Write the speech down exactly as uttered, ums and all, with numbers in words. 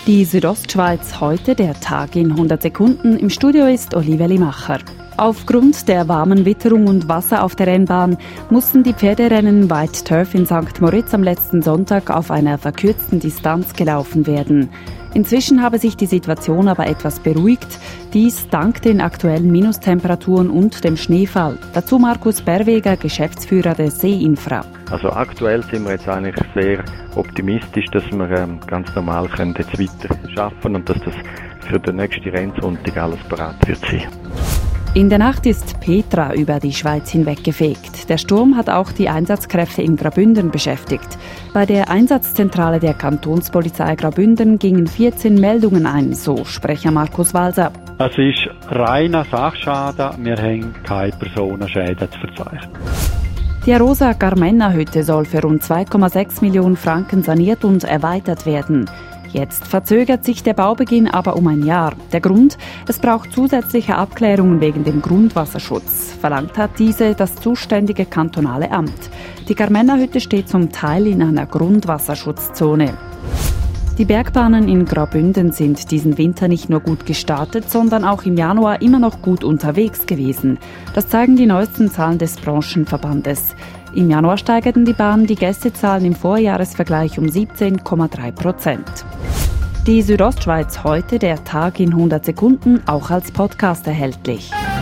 Die Südostschweiz heute, der Tag in hundert Sekunden. Im Studio ist Olivia Limacher. Aufgrund der warmen Witterung und Wasser auf der Rennbahn mussten die Pferderennen White Turf in Sankt Moritz am letzten Sonntag auf einer verkürzten Distanz gelaufen werden. Inzwischen habe sich die Situation aber etwas beruhigt, dies dank den aktuellen Minustemperaturen und dem Schneefall. Dazu Markus Berweger, Geschäftsführer der Seeinfra. Also aktuell sind wir jetzt eigentlich sehr optimistisch, dass wir ähm, ganz normal können jetzt weiter schaffen und dass das für den nächsten Rennsonntag alles bereit wird sein. In der Nacht ist Petra über die Schweiz hinweggefegt. Der Sturm hat auch die Einsatzkräfte in Graubünden beschäftigt. Bei der Einsatzzentrale der Kantonspolizei Graubünden gingen vierzehn Meldungen ein, so Sprecher Markus Walser. Es ist reiner Sachschaden, wir haben keine Personenschäden zu verzeichnen. Die Arosa Carmenna-Hütte soll für rund zwei Komma sechs Millionen Franken saniert und erweitert werden. Jetzt verzögert sich der Baubeginn aber um ein Jahr. Der Grund? Es braucht zusätzliche Abklärungen wegen dem Grundwasserschutz. Verlangt hat diese das zuständige kantonale Amt. Die Carmenna-Hütte steht zum Teil in einer Grundwasserschutzzone. Die Bergbahnen in Graubünden sind diesen Winter nicht nur gut gestartet, sondern auch im Januar immer noch gut unterwegs gewesen. Das zeigen die neuesten Zahlen des Branchenverbandes. Im Januar steigerten die Bahnen die Gästezahlen im Vorjahresvergleich um siebzehn Komma drei Prozent. Die Südostschweiz heute, der Tag in hundert Sekunden, auch als Podcast erhältlich.